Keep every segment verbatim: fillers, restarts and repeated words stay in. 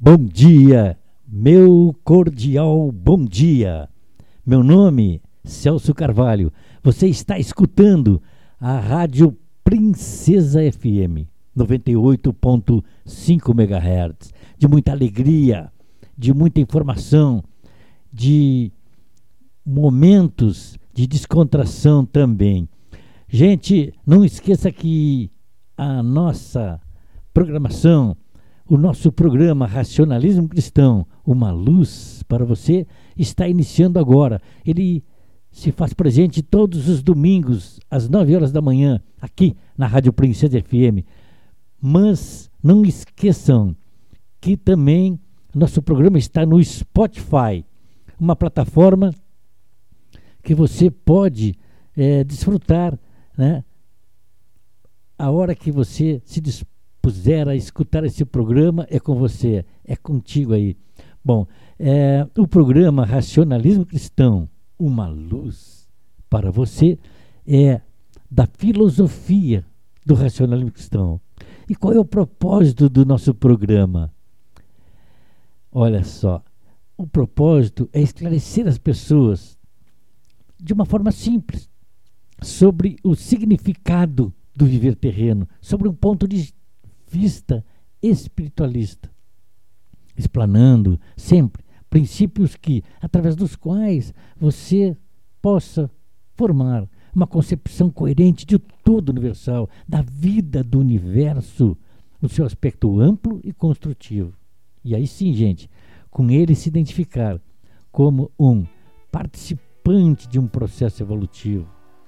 Bom dia, meu cordial bom dia. Meu nome, Celso Carvalho. Você está escutando a Rádio Princesa F M, noventa e oito ponto cinco megahertz. De muita alegria, de muita informação, de momentos de descontração também. Gente, não esqueça que a nossa programação, o nosso programa Racionalismo Cristão, uma luz para você, está iniciando agora. Ele se faz presente todos os domingos, às nove horas da manhã, aqui na Rádio Princesa F M. Mas não esqueçam que também nosso programa está no Spotify, uma plataforma que você pode é, desfrutar, né? A hora que você se dispõe puser a escutar esse programa, é com você, é contigo aí. Bom, é, o programa Racionalismo Cristão, uma luz para você, é da filosofia do racionalismo cristão. E qual é o propósito do nosso programa? Olha só, o propósito é esclarecer as pessoas de uma forma simples sobre o significado do viver terreno, sobre um ponto de vista espiritualista, explanando sempre princípios que, através dos quais você possa formar uma concepção coerente de todo universal, da vida do universo, no seu aspecto amplo e construtivo. E aí sim, gente, com ele se identificar como um participante de um processo evolutivo.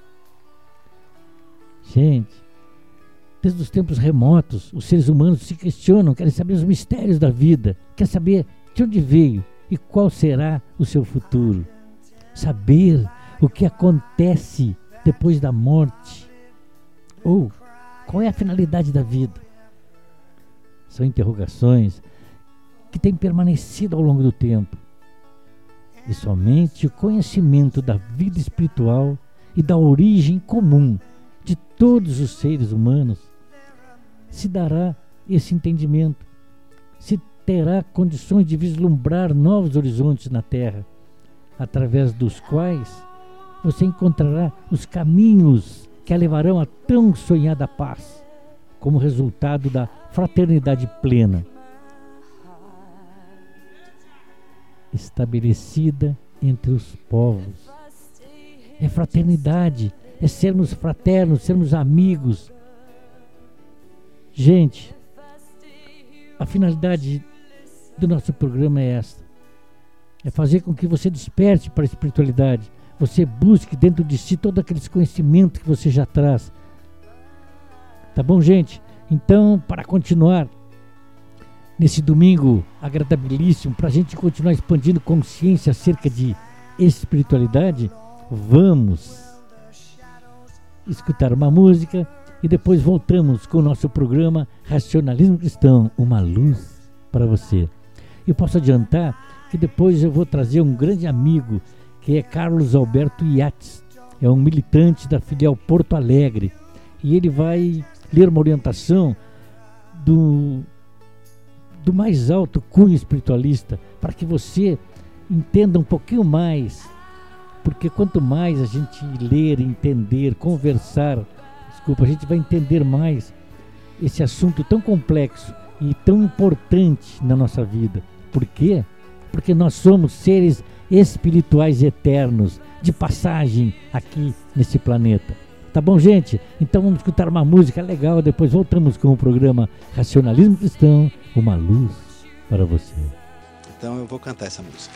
Gente, desde os tempos remotos, os seres humanos se questionam, querem saber os mistérios da vida, querem saber de onde veio e qual será o seu futuro. Saber o que acontece depois da morte, ou qual é a finalidade da vida. São interrogações que têm permanecido ao longo do tempo. E somente o conhecimento da vida espiritual e da origem comum de todos os seres humanos se dará esse entendimento, se terá condições de vislumbrar novos horizontes na Terra, através dos quais você encontrará os caminhos que a levarão à tão sonhada paz, como resultado da fraternidade plena, estabelecida entre os povos. É fraternidade, é sermos fraternos, sermos amigos. Gente, a finalidade do nosso programa é esta: é fazer com que você desperte para a espiritualidade, você busque dentro de si todo aquele conhecimento que você já traz. Tá bom, gente? Então, para continuar nesse domingo agradabilíssimo, para a gente continuar expandindo consciência acerca de espiritualidade, vamos escutar uma música e depois voltamos com o nosso programa Racionalismo Cristão, uma luz para você. Eu posso adiantar que depois eu vou trazer um grande amigo, que é Carlos Alberto Yates, é um militante da filial Porto Alegre, e ele vai ler uma orientação do, do mais alto cunho espiritualista, para que você entenda um pouquinho mais, porque quanto mais a gente ler, entender, conversar, desculpa, a gente vai entender mais esse assunto tão complexo e tão importante na nossa vida. Por quê? Porque nós somos seres espirituais eternos, de passagem aqui nesse planeta. Tá bom, gente? Então vamos escutar uma música legal, depois voltamos com o programa Racionalismo Cristão, uma luz para você. Então eu vou cantar essa música.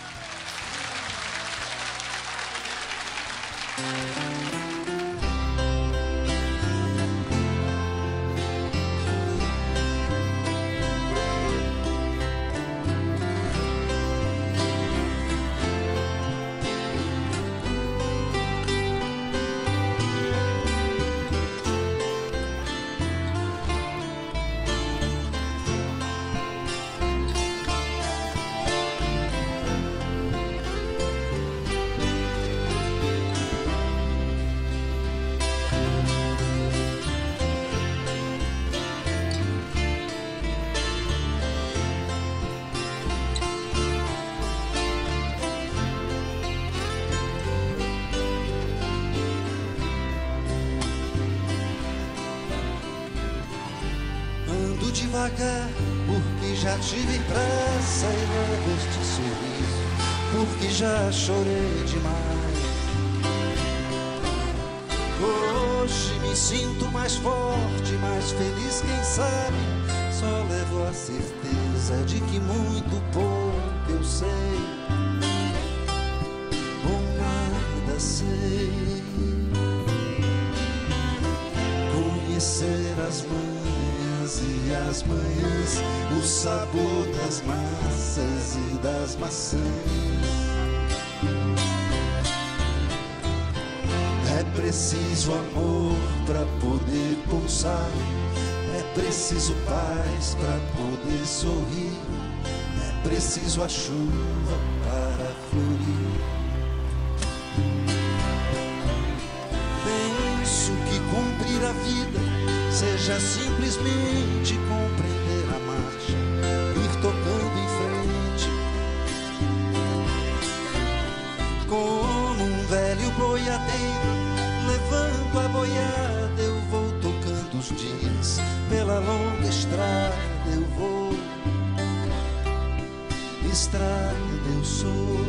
devagar, porque já tive pressa e levo este sorriso, porque já chorei demais. Hoje me sinto mais forte, mais feliz, quem sabe. Só levo a certeza de que muito pouco eu sei, ou nada sei. Conhecer as manhãs e as manhãs, o sabor das massas e das maçãs. É preciso amor para poder pulsar, é preciso paz para poder sorrir, é preciso a chuva para florir. Penso que cumprir a vida seja simplesmente compreender a marcha, ir tocando em frente, como um velho boiadeiro levando a boiada. Eu vou tocando os dias pela longa estrada, eu vou, estrada eu sou.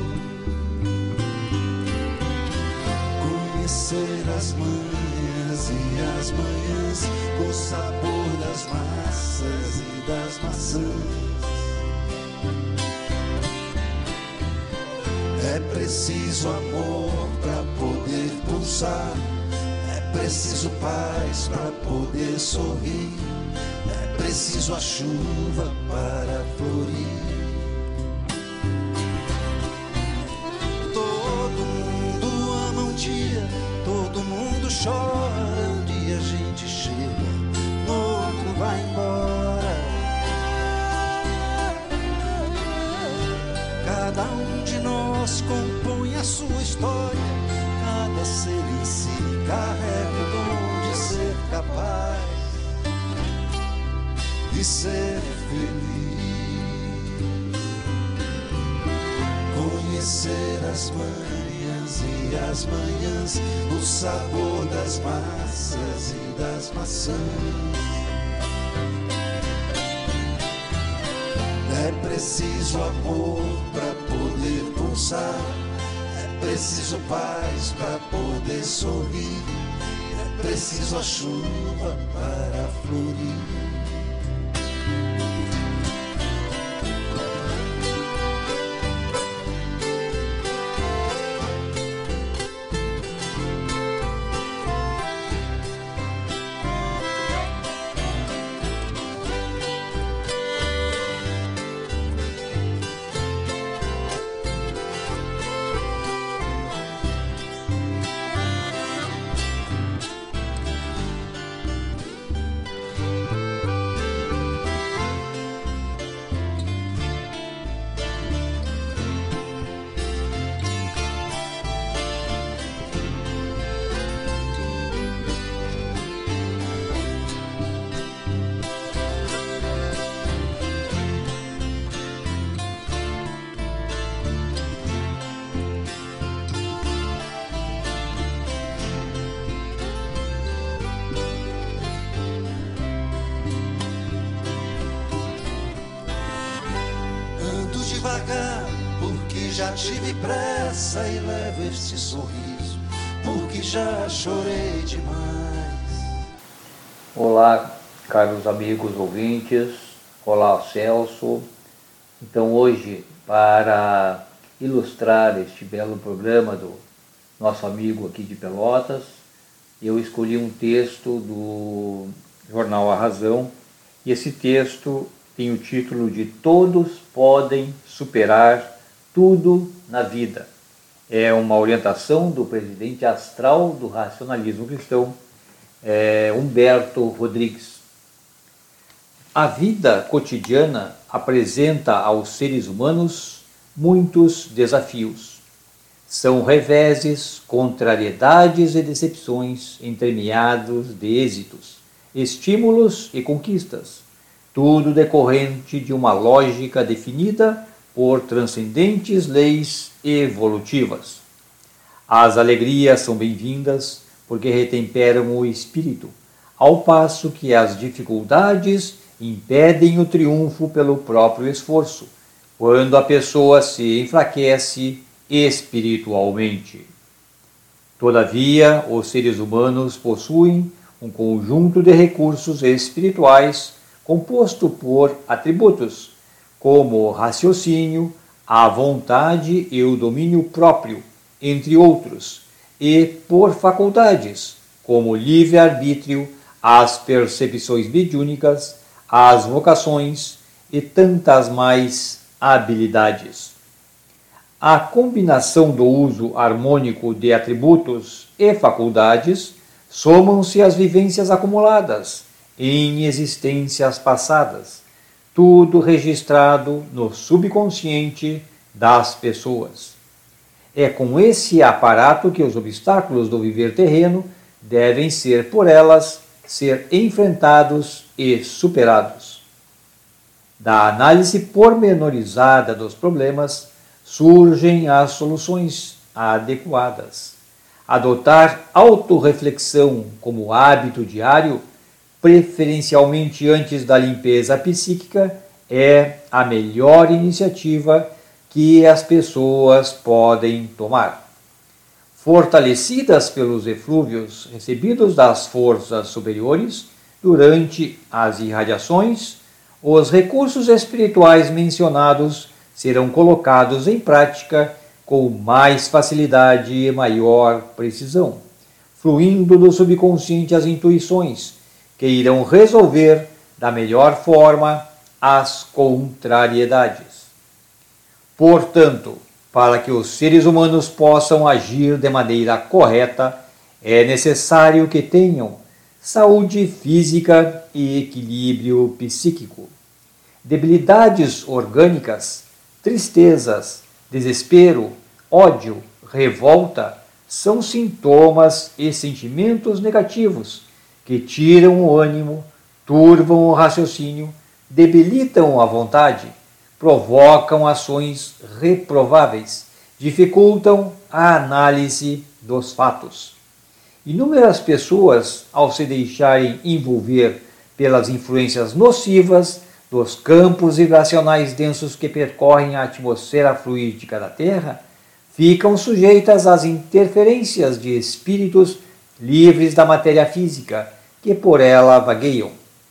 Conhecer as manhãs e as manhãs, o sabor das massas e das maçãs. É preciso amor para poder pulsar, é preciso paz para poder sorrir, é preciso a chuva para florir. Todo mundo ama um dia, todo mundo chora. Um dia a gente chega, no outro vai embora. Cada um de nós compõe a sua história, cada ser em si carrega o dom de ser capaz de ser feliz. Conhecer as manhãs e as manhãs, o sabor das massas e das maçãs. É preciso amor para poder pulsar, é preciso paz para poder sorrir, é preciso a chuva para florir. Devagar, porque já tive pressa e levo este sorriso, porque já chorei demais. Olá, caros amigos ouvintes, olá Celso. Então hoje, para ilustrar este belo programa do nosso amigo aqui de Pelotas, eu escolhi um texto do jornal A Razão, e esse texto tem o título de Todos Podem Superar Tudo na Vida. É uma orientação do presidente astral do racionalismo cristão, é, Humberto Rodrigues. A vida cotidiana apresenta aos seres humanos muitos desafios. São reveses, contrariedades e decepções entremeados de êxitos, estímulos e conquistas, tudo decorrente de uma lógica definida por transcendentes leis evolutivas. As alegrias são bem-vindas porque retemperam o espírito, ao passo que as dificuldades impedem o triunfo pelo próprio esforço, quando a pessoa se enfraquece espiritualmente. Todavia, os seres humanos possuem um conjunto de recursos espirituais composto por atributos, como o raciocínio, a vontade e o domínio próprio, entre outros, e por faculdades, como o livre-arbítrio, as percepções mediúnicas, as vocações e tantas mais habilidades. A combinação do uso harmônico de atributos e faculdades somam-se às vivências acumuladas em existências passadas, tudo registrado no subconsciente das pessoas. É com esse aparato que os obstáculos do viver terreno devem ser por elas ser enfrentados e superados. Da análise pormenorizada dos problemas surgem as soluções adequadas. Adotar autorreflexão como hábito diário, preferencialmente antes da limpeza psíquica, é a melhor iniciativa que as pessoas podem tomar. Fortalecidas pelos eflúvios recebidos das forças superiores durante as irradiações, os recursos espirituais mencionados serão colocados em prática com mais facilidade e maior precisão, fluindo do subconsciente as intuições, que irão resolver da melhor forma as contrariedades. Portanto, para que os seres humanos possam agir de maneira correta, é necessário que tenham saúde física e equilíbrio psíquico. Debilidades orgânicas, tristezas, desespero, ódio, revolta são sintomas e sentimentos negativos que tiram o ânimo, turvam o raciocínio, debilitam a vontade, provocam ações reprováveis, dificultam a análise dos fatos. Inúmeras pessoas, ao se deixarem envolver pelas influências nocivas dos campos vibracionais densos que percorrem a atmosfera fluídica da Terra, ficam sujeitas às interferências de espíritos livres da matéria física, que por ela vagueiam.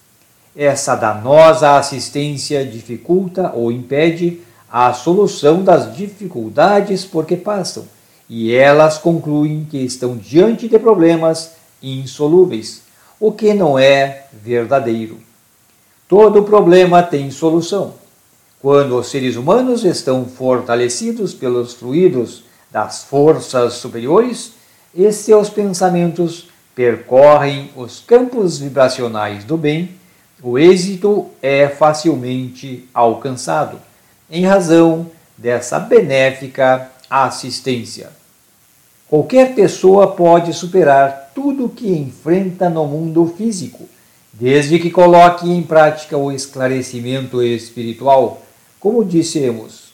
Essa danosa assistência dificulta ou impede a solução das dificuldades por que passam, e elas concluem que estão diante de problemas insolúveis, o que não é verdadeiro. Todo problema tem solução. Quando os seres humanos estão fortalecidos pelos fluidos das forças superiores e seus pensamentos percorrem os campos vibracionais do bem, o êxito é facilmente alcançado, em razão dessa benéfica assistência. Qualquer pessoa pode superar tudo o que enfrenta no mundo físico, desde que coloque em prática o esclarecimento espiritual, como dissemos.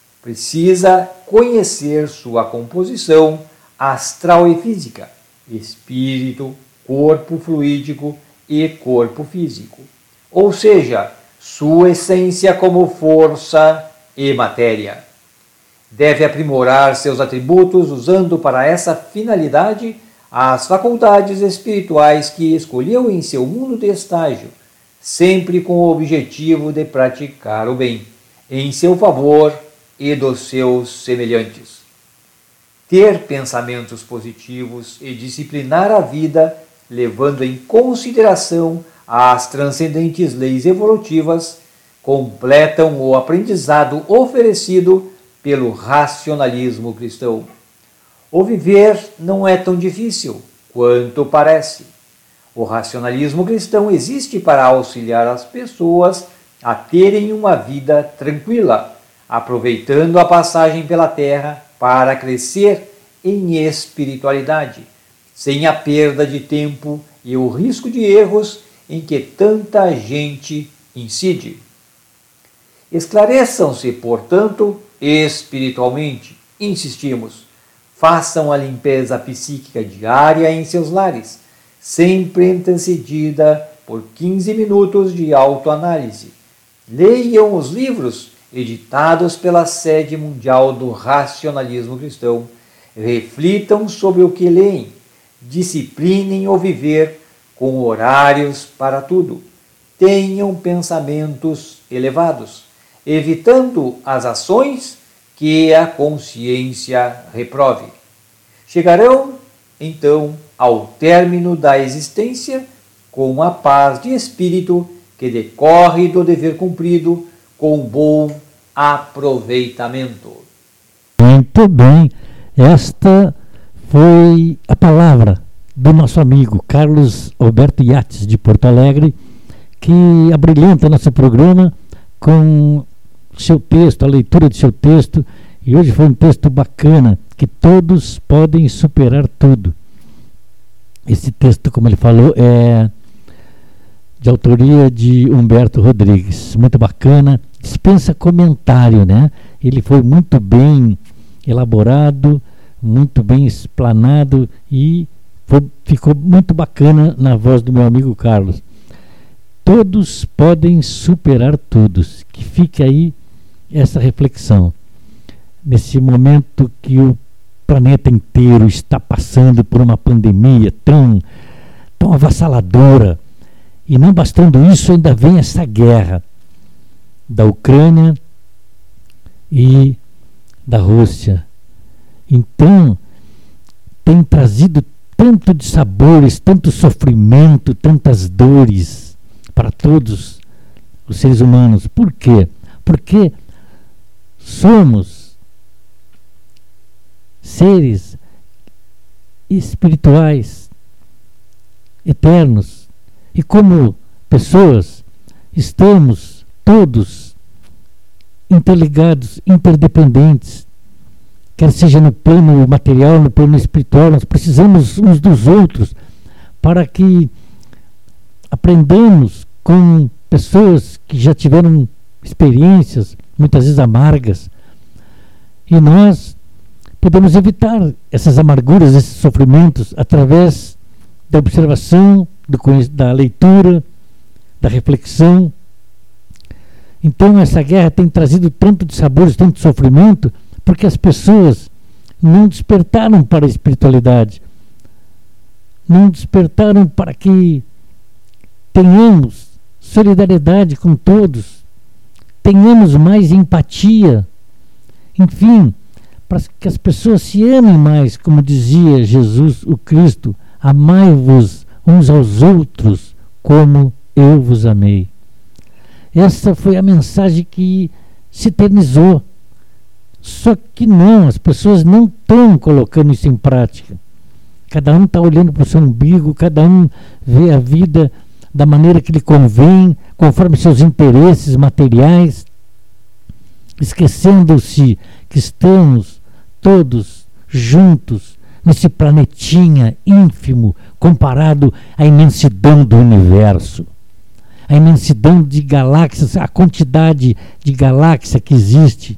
Precisa conhecer sua composição astral e física, espírito, corpo fluídico e corpo físico, ou seja, sua essência como força e matéria. Deve aprimorar seus atributos usando para essa finalidade as faculdades espirituais que escolheu em seu mundo de estágio, sempre com o objetivo de praticar o bem, em seu favor e dos seus semelhantes. Ter pensamentos positivos e disciplinar a vida, levando em consideração as transcendentes leis evolutivas, completam o aprendizado oferecido pelo racionalismo cristão. O viver não é tão difícil quanto parece. O racionalismo cristão existe para auxiliar as pessoas a terem uma vida tranquila, aproveitando a passagem pela Terra para crescer em espiritualidade, sem a perda de tempo e o risco de erros em que tanta gente incide. Esclareçam-se, portanto, espiritualmente, insistimos, façam a limpeza psíquica diária em seus lares, sempre antecedida por quinze minutos de autoanálise. Leiam os livros editados pela Sede Mundial do Racionalismo Cristão. Reflitam sobre o que leem. Disciplinem o viver com horários para tudo. Tenham pensamentos elevados, evitando as ações que a consciência reprove. Chegarão, então, ao término da existência com a paz de espírito que decorre do dever cumprido com bom aproveitamento. Muito bem, esta foi a palavra do nosso amigo Carlos Alberto Yates, de Porto Alegre, que abrilhanta nosso programa com seu texto, a leitura de seu texto, e hoje foi um texto bacana, que todos podem superar tudo. Esse texto, como ele falou, é de autoria de Humberto Rodrigues, muito bacana, dispensa comentário, né? Ele foi muito bem elaborado, muito bem explanado e foi, ficou muito bacana na voz do meu amigo Carlos. Todos podem superar todos. Que fique aí essa reflexão. Nesse momento que o planeta inteiro está passando por uma pandemia tão, tão avassaladora, e não bastando isso, ainda vem essa guerra da Ucrânia e da Rússia. Então, tem trazido tanto de sabores, tanto sofrimento, tantas dores para todos os seres humanos. Por quê? Porque somos seres espirituais, eternos, e como pessoas estamos todos interligados, interdependentes, quer seja no plano material, no plano espiritual. Nós precisamos uns dos outros para que aprendamos com pessoas que já tiveram experiências, muitas vezes amargas, e nós podemos evitar essas amarguras, esses sofrimentos, através da observação, do, da leitura, da reflexão. Então essa guerra tem trazido tanto de sabores, tanto de sofrimento, porque as pessoas não despertaram para a espiritualidade, não despertaram para que tenhamos solidariedade com todos, tenhamos mais empatia, enfim, para que as pessoas se amem mais, como dizia Jesus, o Cristo: amai-vos uns aos outros como eu vos amei. Essa foi a mensagem que se eternizou. Só que não, as pessoas não estão colocando isso em prática. Cada um está olhando para o seu umbigo, cada um vê a vida da maneira que lhe convém, conforme seus interesses materiais, esquecendo-se que estamos todos juntos nesse planetinha ínfimo comparado à imensidão do universo, a imensidão de galáxias, a quantidade de galáxias que existe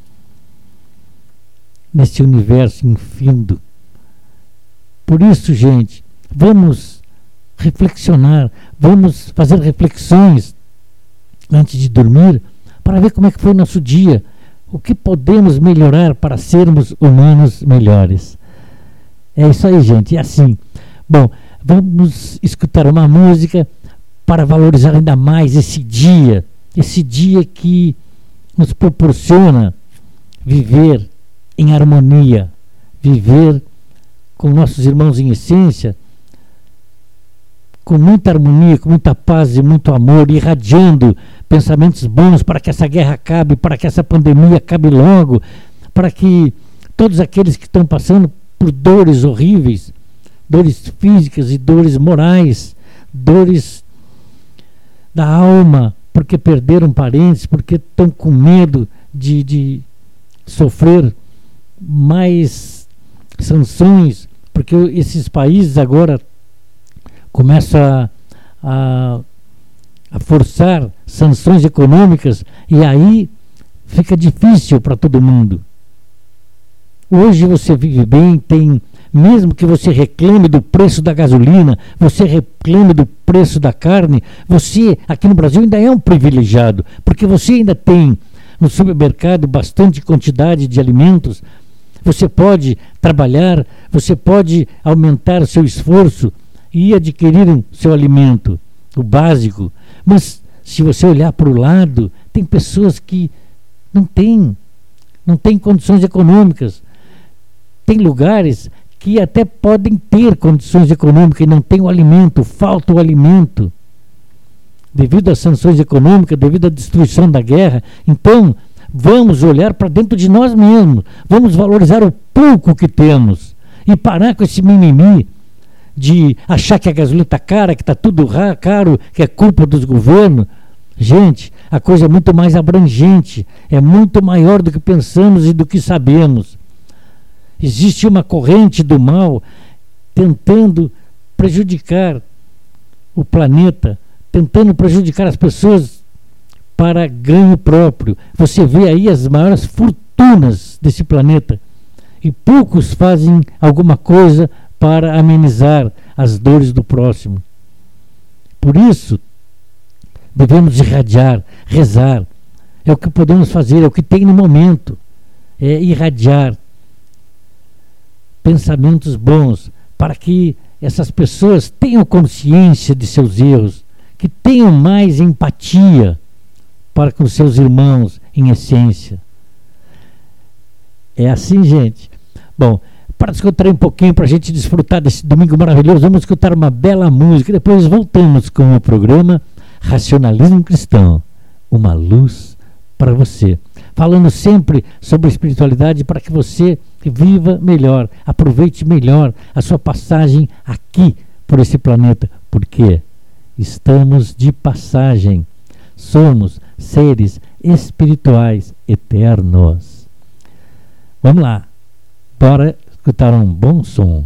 nesse universo infindo. Por isso, gente, vamos reflexionar, vamos fazer reflexões antes de dormir, para ver como é que foi o nosso dia, o que podemos melhorar para sermos humanos melhores. É isso aí, gente, é assim. Bom, vamos escutar uma música para valorizar ainda mais esse dia, esse dia que nos proporciona viver em harmonia, viver com nossos irmãos em essência, com muita harmonia, com muita paz e muito amor, irradiando pensamentos bons para que essa guerra acabe, para que essa pandemia acabe logo, para que todos aqueles que estão passando por dores horríveis, dores físicas e dores morais, dores da alma, porque perderam parentes, porque estão com medo de, de sofrer mais sanções, porque esses países agora começam a, a, a forçar sanções econômicas, e aí fica difícil para todo mundo. Hoje você vive bem, tem mesmo que você reclame do preço da gasolina, você reclame do preço da carne, você aqui no Brasil ainda é um privilegiado, porque você ainda tem no supermercado bastante quantidade de alimentos. Você pode trabalhar, você pode aumentar o seu esforço e adquirir o seu alimento, o básico. Mas se você olhar para o lado, tem pessoas que não têm, não têm condições econômicas. Tem lugares que até podem ter condições econômicas e não tem o alimento, falta o alimento. Devido às sanções econômicas, devido à destruição da guerra. Então, vamos olhar para dentro de nós mesmos. Vamos valorizar o pouco que temos. E parar com esse mimimi de achar que a gasolina está cara, que está tudo caro, que é culpa dos governos. Gente, a coisa é muito mais abrangente. É muito maior do que pensamos e do que sabemos. Existe uma corrente do mal tentando prejudicar o planeta, tentando prejudicar as pessoas para ganho próprio. Você vê aí as maiores fortunas desse planeta e poucos fazem alguma coisa para amenizar as dores do próximo. Por isso, devemos irradiar, rezar. É o que podemos fazer, é o que tem no momento. É irradiar pensamentos bons, para que essas pessoas tenham consciência de seus erros, que tenham mais empatia para com seus irmãos em essência. É assim, gente. Bom, para escutar um pouquinho, para a gente desfrutar desse domingo maravilhoso, vamos escutar uma bela música, depois voltamos com o programa Racionalismo Cristão, uma luz para você. Falando sempre sobre espiritualidade para que você viva melhor, aproveite melhor a sua passagem aqui por esse planeta, porque estamos de passagem, somos seres espirituais eternos. Vamos lá, bora escutar um bom som.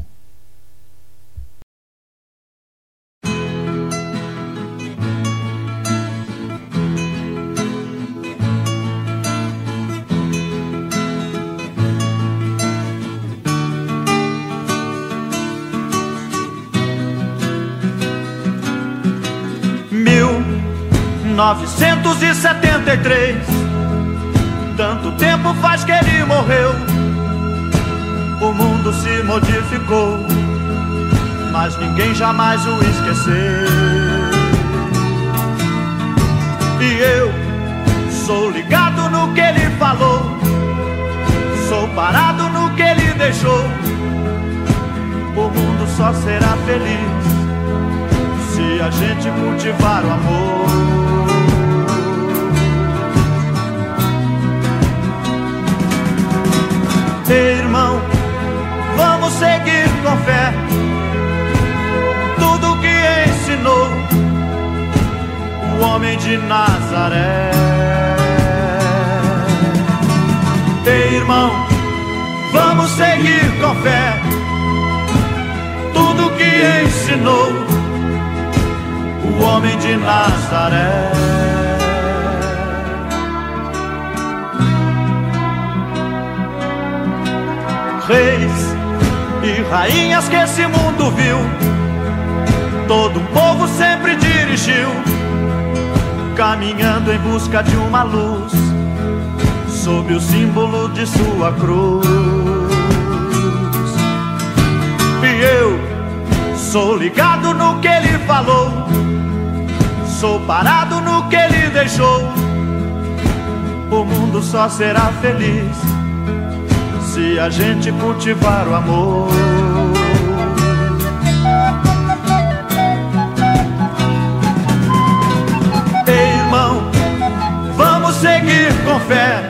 mil novecentos e setenta e três, tanto tempo faz que ele morreu. O mundo se modificou, mas ninguém jamais o esqueceu. E eu sou ligado no que ele falou, sou parado no que ele deixou. O mundo só será feliz se a gente cultivar o amor. Ei, irmão, vamos seguir com fé tudo que ensinou o homem de Nazaré. Ei, irmão, vamos seguir com fé tudo que ensinou o homem de Nazaré. Reis e rainhas que esse mundo viu, todo um povo sempre dirigiu, caminhando em busca de uma luz, sob o símbolo de sua cruz. E eu sou ligado no que ele falou, sou parado no que ele deixou. O mundo só será feliz se a gente cultivar o amor. Ei, irmão, vamos seguir com fé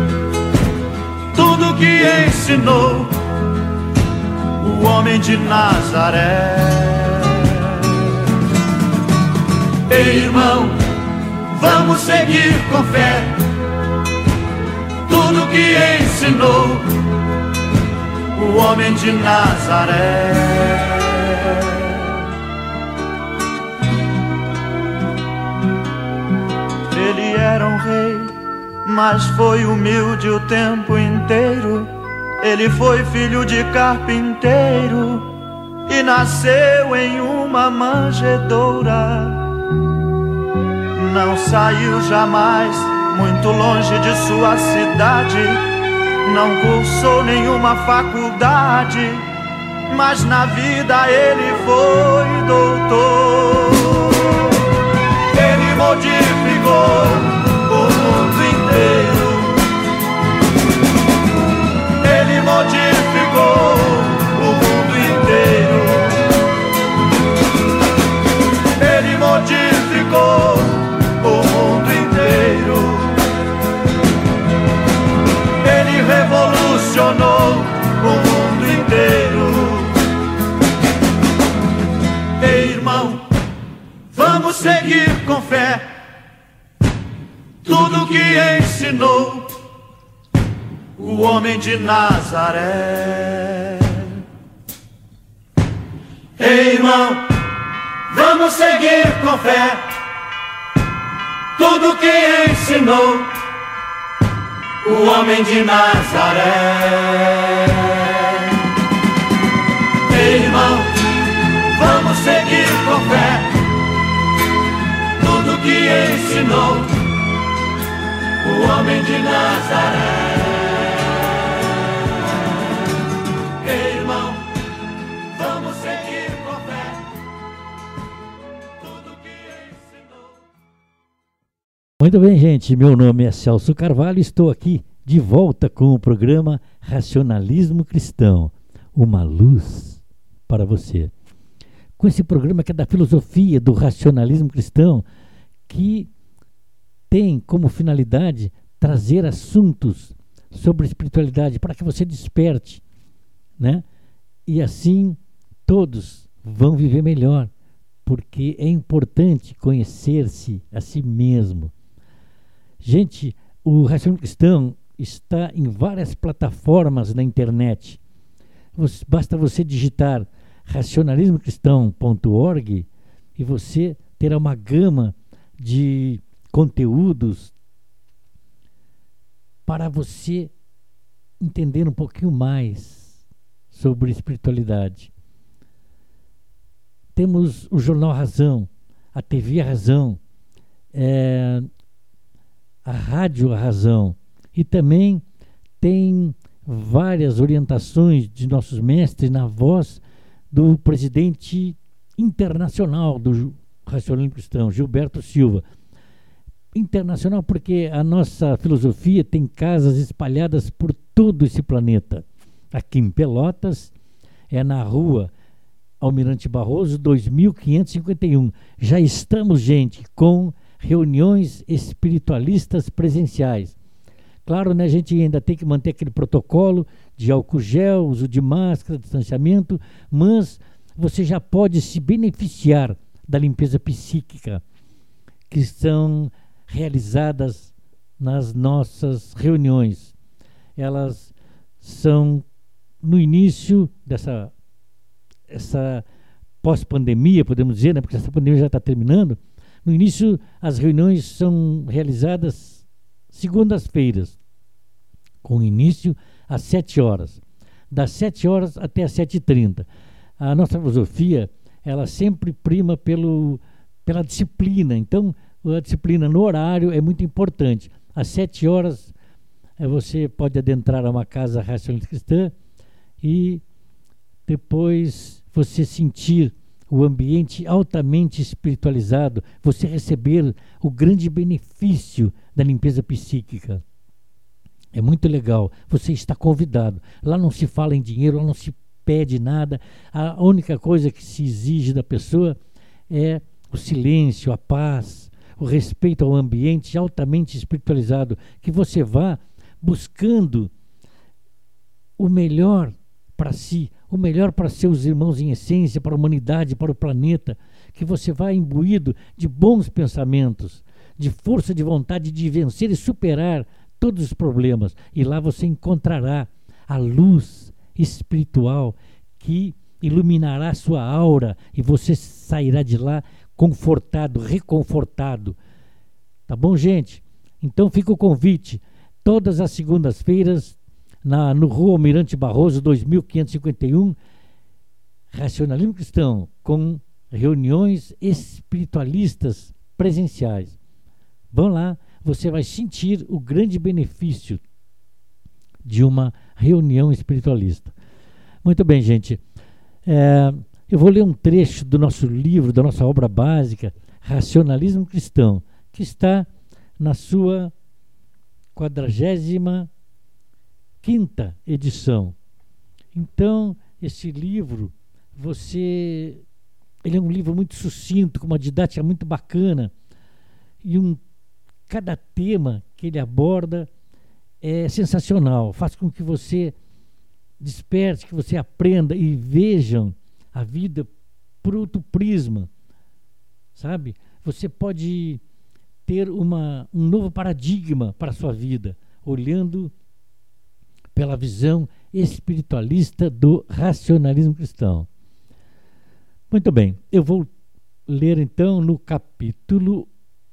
tudo que ensinou o homem de Nazaré. Ei, irmão, vamos seguir com fé tudo que ensinou o homem de Nazaré. Ele era um rei, mas foi humilde o tempo inteiro. Ele foi filho de carpinteiro e nasceu em uma manjedoura. Não saiu jamais muito longe de sua cidade, não cursou nenhuma faculdade, mas na vida ele foi doutor. Ele modificou o mundo inteiro. Ele modificou o mundo inteiro. Ele modificou o mundo inteiro. Ele revolucionou o mundo inteiro. Ei, irmão, vamos seguir com fé tudo que ensinou o homem de Nazaré. Ei, irmão, vamos seguir com fé tudo que ensinou o homem de Nazaré. Ei, irmão, vamos seguir com fé tudo que ensinou o homem de Nazaré. Ei, irmão, vamos seguir com fé tudo que ensinou. Muito bem, gente, meu nome é Celso Carvalho, estou aqui de volta com o programa Racionalismo Cristão, uma luz para você. Com esse programa que é da filosofia do racionalismo cristão, que tem como finalidade trazer assuntos sobre espiritualidade para que você desperte, né? E assim todos vão viver melhor, porque é importante conhecer-se a si mesmo. Gente, o Racionalismo Cristão está em várias plataformas na internet. Você, basta você digitar racionalismo cristão ponto org e você terá uma gama de conteúdos para você entender um pouquinho mais sobre espiritualidade. Temos o Jornal Razão, a T V Razão, é, a Rádio Razão, e também tem várias orientações de nossos mestres na voz do presidente internacional do Racionalismo Cristão, Gilberto Silva. Internacional porque a nossa filosofia tem casas espalhadas por todo esse planeta. Aqui em Pelotas, é na rua Almirante Barroso, dois mil quinhentos e cinquenta e um. Já estamos, gente, com reuniões espiritualistas presenciais. Claro, né, a gente ainda tem que manter aquele protocolo de álcool gel, uso de máscara, distanciamento, mas você já pode se beneficiar da limpeza psíquica que são realizadas nas nossas reuniões. Elas são no início dessa essa pós-pandemia, podemos dizer, né, porque essa pandemia já está terminando. No início, as reuniões são realizadas segundas-feiras, com início às sete horas, das sete horas até às sete e trinta. A nossa filosofia, ela sempre prima pelo, pela disciplina. Então, a disciplina no horário é muito importante. Às sete horas, você pode adentrar a uma casa racionalista cristã e depois você sentir o ambiente altamente espiritualizado, você receber o grande benefício da limpeza psíquica. É muito legal, você está convidado. Lá não se fala em dinheiro, lá não se pede nada. A única coisa que se exige da pessoa é o silêncio, a paz, o respeito ao ambiente altamente espiritualizado, que você vá buscando o melhor para si, o melhor para seus irmãos em essência, para a humanidade, para o planeta, que você vá imbuído de bons pensamentos, de força de vontade de vencer e superar todos os problemas. E lá você encontrará a luz espiritual que iluminará sua aura e você sairá de lá confortado, reconfortado. Tá bom, gente? Então fica o convite. Todas as segundas-feiras, na, no Rua Almirante Barroso, dois mil quinhentos e cinquenta e um, Racionalismo Cristão, com reuniões espiritualistas presenciais. Vão lá, você vai sentir o grande benefício de uma reunião espiritualista. Muito bem, gente. É, eu vou ler um trecho do nosso livro, da nossa obra básica, Racionalismo Cristão, que está na sua quadragésima quinta edição. Então, esse livro, você, ele é um livro muito sucinto, com uma didática muito bacana, e um, cada tema que ele aborda é sensacional, faz com que você desperte, que você aprenda e vejam a vida por outro prisma, sabe? Você pode ter uma, um novo paradigma para a sua vida, olhando pela visão espiritualista do racionalismo cristão. Muito bem, eu vou ler então no capítulo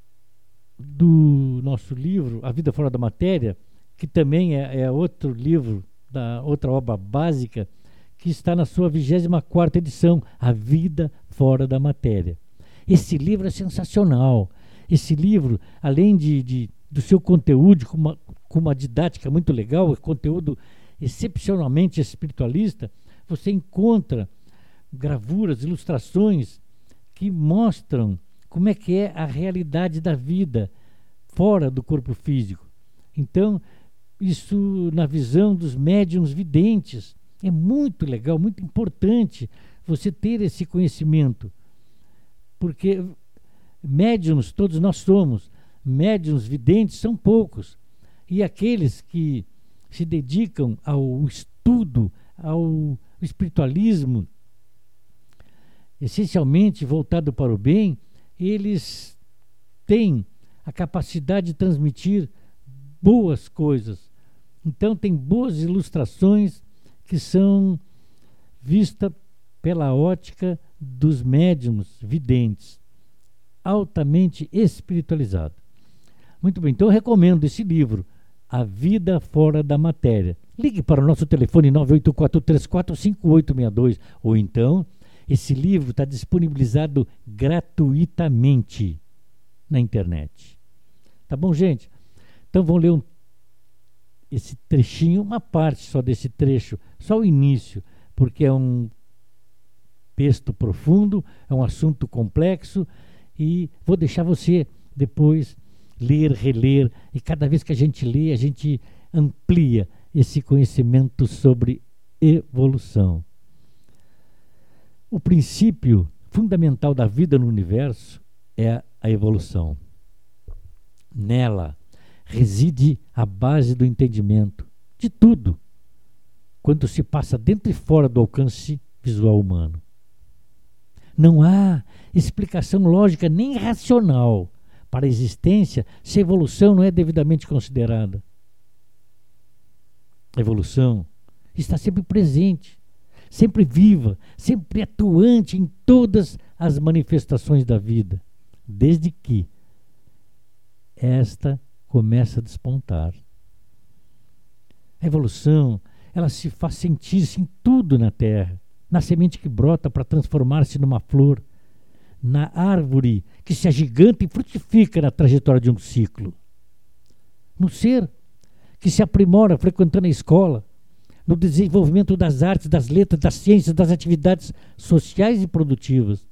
do nosso livro, A Vida Fora da Matéria, que também é, é outro livro, da outra obra básica, que está na sua vigésima quarta edição, A Vida Fora da Matéria. Esse livro é sensacional. Esse livro, além de, de, do seu conteúdo, com uma, com uma didática muito legal, conteúdo excepcionalmente espiritualista, você encontra gravuras, ilustrações que mostram como é que é a realidade da vida fora do corpo físico. Então, isso na visão dos médiuns videntes, é muito legal, muito importante você ter esse conhecimento, porque médiuns todos nós somos, médiuns videntes são poucos, e aqueles que se dedicam ao estudo, ao espiritualismo, essencialmente voltado para o bem, eles têm a capacidade de transmitir boas coisas. Então tem boas ilustrações que são vistas pela ótica dos médiuns videntes, altamente espiritualizado. Muito bem, então eu recomendo esse livro, A Vida Fora da Matéria. Ligue para o nosso telefone nove oito quatro três quatro cinco oito seis dois, ou então esse livro está disponibilizado gratuitamente na internet. Tá bom, gente? Então vamos ler um, esse trechinho, uma parte só desse trecho, só o início, porque é um texto profundo, é um assunto complexo, e vou deixar você depois ler, reler, e cada vez que a gente lê, a gente amplia esse conhecimento sobre evolução. O princípio fundamental da vida no universo é a evolução. Nela reside a base do entendimento de tudo, quando se passa dentro e fora do alcance visual humano. Não há explicação lógica nem racional para a existência se a evolução não é devidamente considerada. A evolução está sempre presente, sempre viva, sempre atuante em todas as manifestações da vida, desde que esta começa a despontar. A evolução, ela se faz sentir-se em tudo na Terra, na semente que brota para transformar-se numa flor, na árvore que se agiganta e frutifica na trajetória de um ciclo, no ser que se aprimora frequentando a escola, no desenvolvimento das artes, das letras, das ciências, das atividades sociais e produtivas.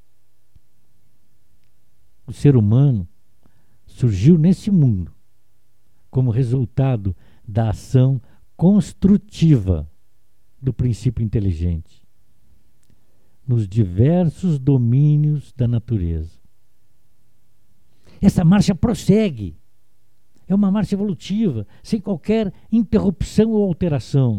O ser humano surgiu nesse mundo como resultado da ação construtiva do princípio inteligente nos diversos domínios da natureza. Essa marcha prossegue. É uma marcha evolutiva, sem qualquer interrupção ou alteração.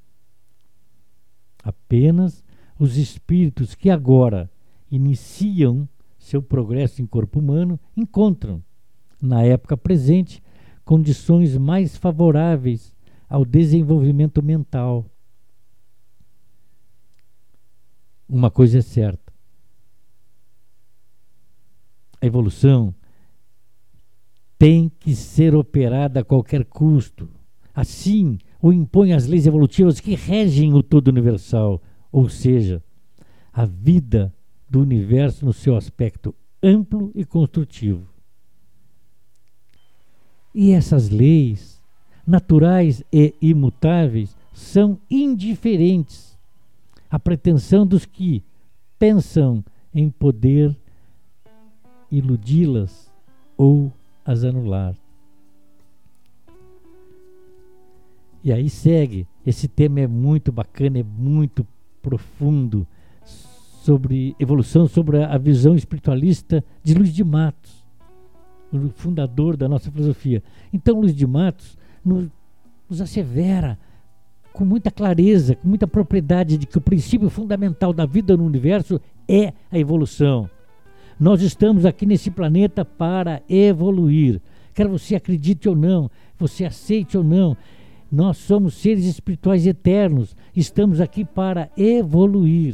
Apenas os espíritos que agora iniciam seu progresso em corpo humano encontram, na época presente, condições mais favoráveis ao desenvolvimento mental. Uma coisa é certa: a evolução tem que ser operada a qualquer custo. Assim, ou impõe as leis evolutivas que regem o todo universal, ou seja, a vida do universo no seu aspecto amplo e construtivo. E essas leis, naturais e imutáveis, são indiferentes à pretensão dos que pensam em poder iludi-las ou as anular. E aí segue, esse tema é muito bacana, é muito profundo, sobre evolução, sobre a visão espiritualista de Luiz de Matos, o fundador da nossa filosofia. Então Luiz de Matos nos, nos assevera com muita clareza, com muita propriedade, de que o princípio fundamental da vida no universo é a evolução. Nós estamos aqui nesse planeta para evoluir, quer você acredite ou não, você aceite ou não. Nós somos seres espirituais eternos, estamos aqui para evoluir.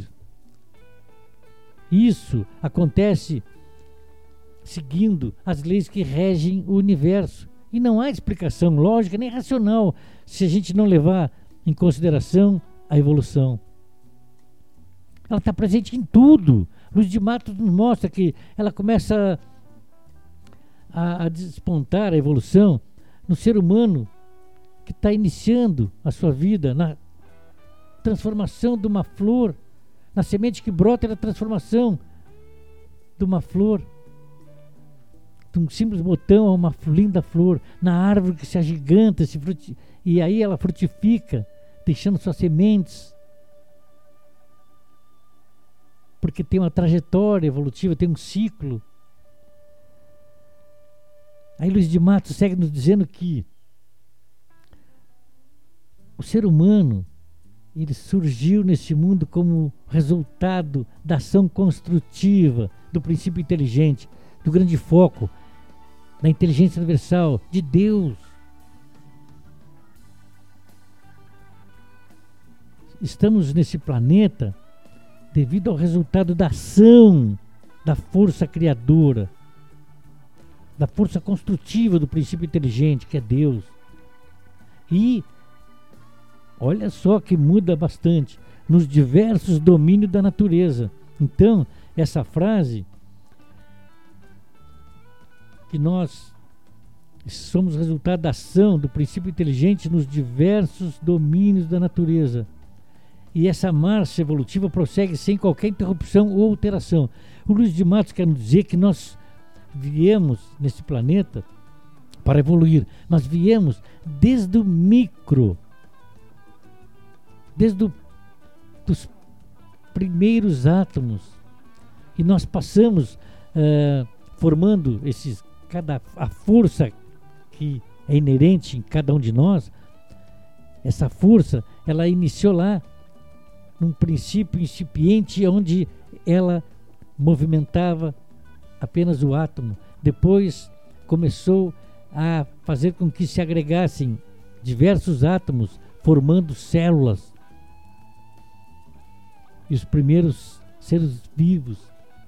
Isso acontece seguindo as leis que regem o universo. E não há explicação lógica nem racional se a gente não levar em consideração a evolução. Ela está presente em tudo. Luiz de Matos nos mostra que ela começa a, a despontar a evolução no ser humano que está iniciando a sua vida na transformação de uma flor, na semente que brota na transformação de uma flor, de um simples botão a uma linda flor, na árvore que se agiganta, se fruti- e aí ela frutifica, deixando suas sementes, porque tem uma trajetória evolutiva, tem um ciclo. Aí Luiz de Matos segue nos dizendo que o ser humano, ele surgiu nesse mundo como resultado da ação construtiva do princípio inteligente, do grande foco, da inteligência universal, de Deus. Estamos nesse planeta devido ao resultado da ação da força criadora, da força construtiva do princípio inteligente, que é Deus. E olha só que muda bastante nos diversos domínios da natureza. Então, essa frase, que nós somos resultado da ação do princípio inteligente nos diversos domínios da natureza. E essa marcha evolutiva prossegue sem qualquer interrupção ou alteração. O Luiz de Matos quer nos dizer que nós viemos nesse planeta para evoluir. Nós viemos desde o micro, desde o, dos primeiros átomos, e nós passamos uh, formando esses, cada, a força que é inerente em cada um de nós. Essa força, ela iniciou lá num princípio incipiente, onde ela movimentava apenas o átomo. Depois começou a fazer com que se agregassem diversos átomos, formando células. E os primeiros seres vivos.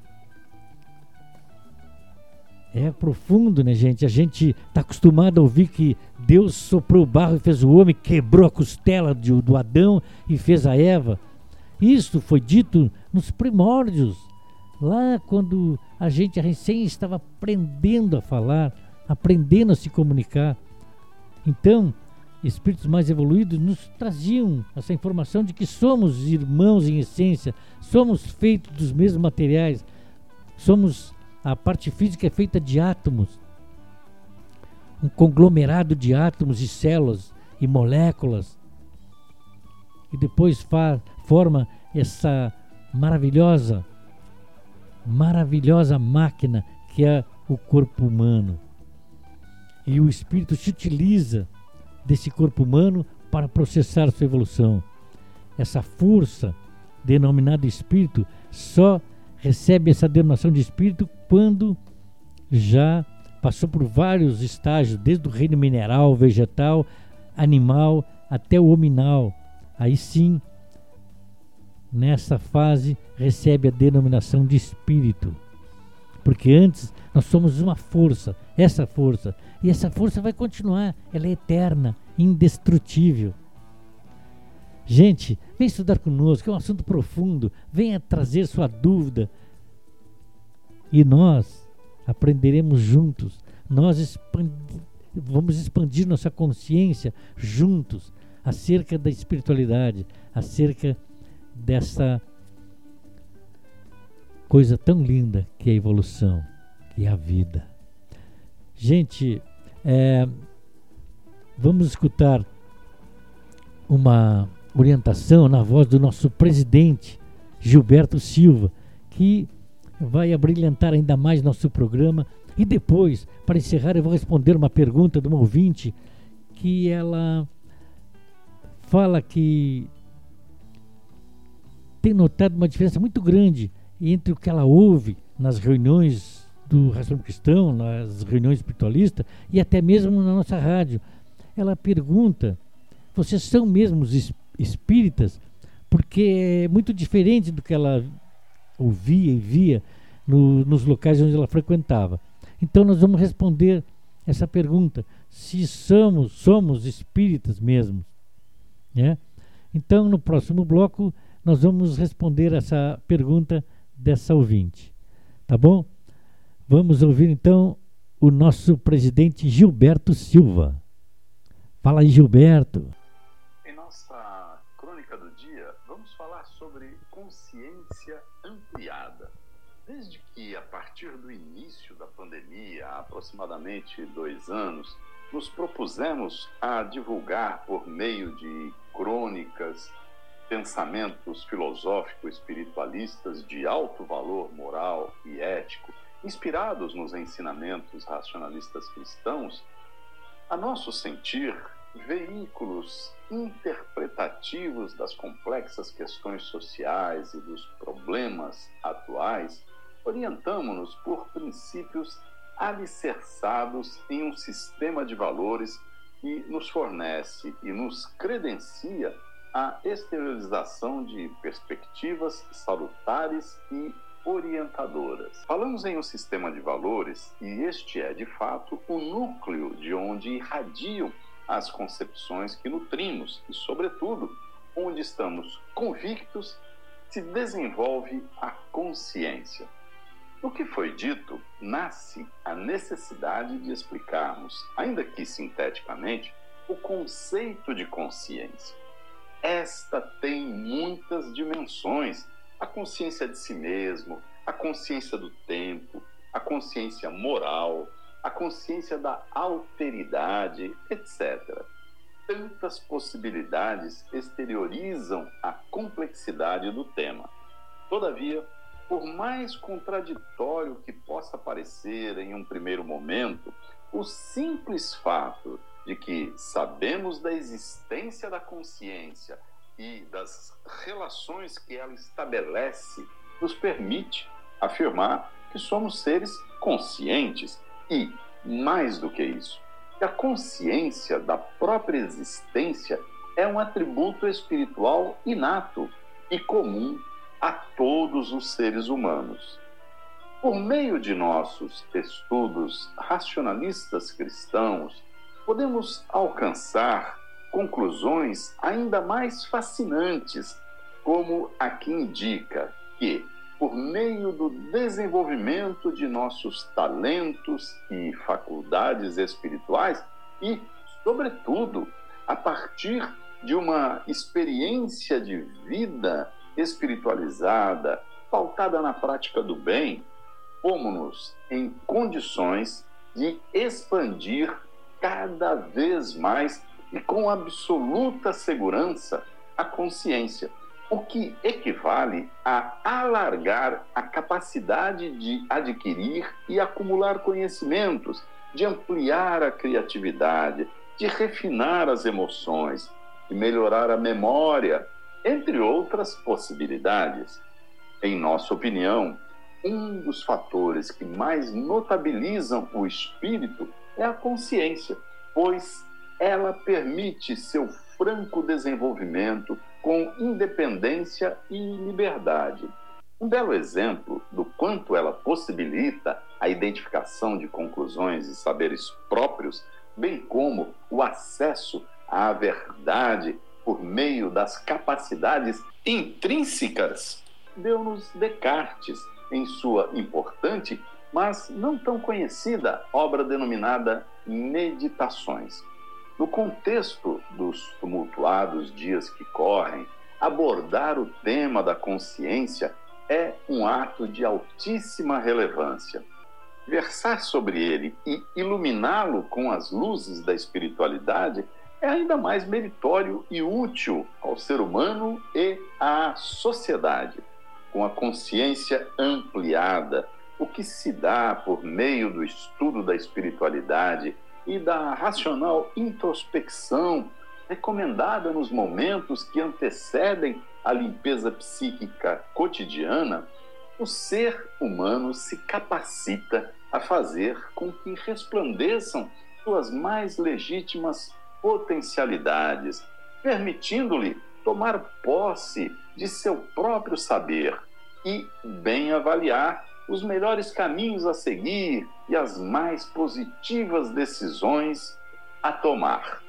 É profundo, né, gente? A gente está acostumado a ouvir que Deus soprou o barro e fez o homem, quebrou a costela do, do Adão e fez a Eva. Isso foi dito nos primórdios, lá quando a gente recém estava aprendendo a falar, aprendendo a se comunicar. Então, espíritos mais evoluídos nos traziam essa informação de que somos irmãos em essência, somos feitos dos mesmos materiais, somos, a parte física é feita de átomos, um conglomerado de átomos e células e moléculas, e depois fa- forma essa maravilhosa, maravilhosa máquina que é o corpo humano. E o espírito se utiliza desse corpo humano para processar sua evolução. Essa força denominada espírito só recebe essa denominação de espírito quando já passou por vários estágios, desde o reino mineral, vegetal, animal até o hominal. Aí sim, nessa fase, recebe a denominação de espírito. Porque antes nós somos uma força, essa força. E essa força vai continuar, ela é eterna, indestrutível. Gente, vem estudar conosco, é um assunto profundo. Venha trazer sua dúvida. E nós aprenderemos juntos. Nós expand... vamos expandir nossa consciência juntos acerca da espiritualidade, acerca dessa coisa tão linda que é a evolução, que é a vida. Gente, é, vamos escutar uma orientação na voz do nosso presidente, Gilberto Silva, que vai abrilhantar ainda mais nosso programa. E depois, para encerrar, eu vou responder uma pergunta de uma ouvinte que ela fala que tem notado uma diferença muito grande entre o que ela ouve nas reuniões do Racionalismo Cristão, nas reuniões espiritualistas e até mesmo na nossa rádio. Ela pergunta: vocês são mesmo os espíritas? Porque é muito diferente do que ela ouvia e via no, nos locais onde ela frequentava. Então nós vamos responder essa pergunta, se somos, somos espíritas mesmo, né? Então no próximo bloco nós vamos responder essa pergunta dessa ouvinte, tá bom? Vamos ouvir então o nosso presidente Gilberto Silva. Fala aí, Gilberto. Em nossa crônica do dia, vamos falar sobre consciência ampliada. Desde que, a partir do início da pandemia, há aproximadamente dois anos, nos propusemos a divulgar por meio de crônicas, pensamentos filosófico-espiritualistas de alto valor moral e ético, inspirados nos ensinamentos racionalistas cristãos, a nosso sentir, veículos interpretativos das complexas questões sociais e dos problemas atuais, orientamo-nos por princípios alicerçados em um sistema de valores que nos fornece e nos credencia a exteriorização de perspectivas salutares e orientadoras. Falamos em um sistema de valores e este é, de fato, o núcleo de onde irradiam as concepções que nutrimos e, sobretudo, onde estamos convictos se desenvolve a consciência. No que foi dito, nasce a necessidade de explicarmos, ainda que sinteticamente, o conceito de consciência. Esta tem muitas dimensões: a consciência de si mesmo, a consciência do tempo, a consciência moral, a consciência da alteridade, etcétera. Tantas possibilidades exteriorizam a complexidade do tema. Todavia, por mais contraditório que possa parecer em um primeiro momento, o simples fato de que sabemos da existência da consciência e das relações que ela estabelece nos permite afirmar que somos seres conscientes e, mais do que isso, que a consciência da própria existência é um atributo espiritual inato e comum a todos os seres humanos. Por meio de nossos estudos racionalistas cristãos, podemos alcançar conclusões ainda mais fascinantes, como a que indica que, por meio do desenvolvimento de nossos talentos e faculdades espirituais e, sobretudo, a partir de uma experiência de vida espiritualizada, pautada na prática do bem, pomos-nos em condições de expandir cada vez mais e com absoluta segurança a consciência, o que equivale a alargar a capacidade de adquirir e acumular conhecimentos, de ampliar a criatividade, de refinar as emoções, de melhorar a memória, entre outras possibilidades. Em nossa opinião, um dos fatores que mais notabilizam o espírito é a consciência, pois ela permite seu franco desenvolvimento com independência e liberdade. Um belo exemplo do quanto ela possibilita a identificação de conclusões e saberes próprios, bem como o acesso à verdade por meio das capacidades intrínsecas, deu-nos Descartes em sua importante, mas não tão conhecida obra denominada Meditações. No contexto dos tumultuados dias que correm, abordar o tema da consciência é um ato de altíssima relevância. Versar sobre ele e iluminá-lo com as luzes da espiritualidade é ainda mais meritório e útil ao ser humano e à sociedade. Com a consciência ampliada, o que se dá por meio do estudo da espiritualidade e da racional introspecção recomendada nos momentos que antecedem a limpeza psíquica cotidiana, o ser humano se capacita a fazer com que resplandeçam suas mais legítimas potencialidades, permitindo-lhe tomar posse de seu próprio saber e bem avaliar os melhores caminhos a seguir e as mais positivas decisões a tomar.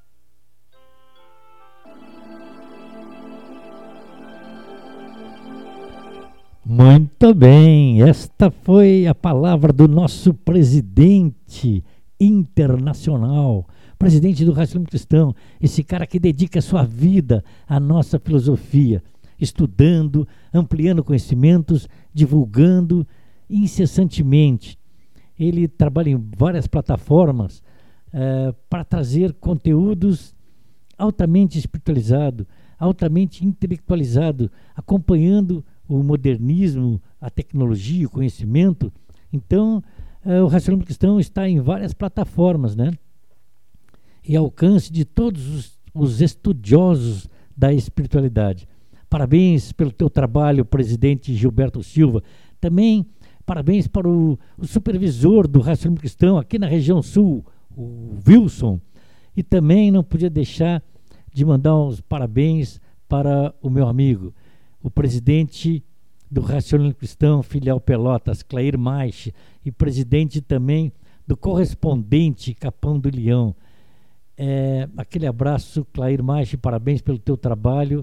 Muito bem, esta foi a palavra do nosso presidente internacional, presidente do Racionalismo Cristão, esse cara que dedica a sua vida à nossa filosofia, estudando, ampliando conhecimentos, divulgando incessantemente. Ele trabalha em várias plataformas eh, para trazer conteúdos altamente espiritualizados, altamente intelectualizados, acompanhando o modernismo, a tecnologia, o conhecimento. Então, eh, o Racionalismo Cristão está em várias plataformas, né? E alcance de todos os, os estudiosos da espiritualidade. Parabéns pelo teu trabalho, presidente Gilberto Silva. Também parabéns para o, o supervisor do Racionalismo Cristão aqui na região sul, o Wilson. E também não podia deixar de mandar uns parabéns para o meu amigo, o presidente do Racionalismo Cristão, filial Pelotas, Clair Maiche, e presidente também do correspondente Capão do Leão. É, aquele abraço, Clair Maiche, parabéns pelo teu trabalho.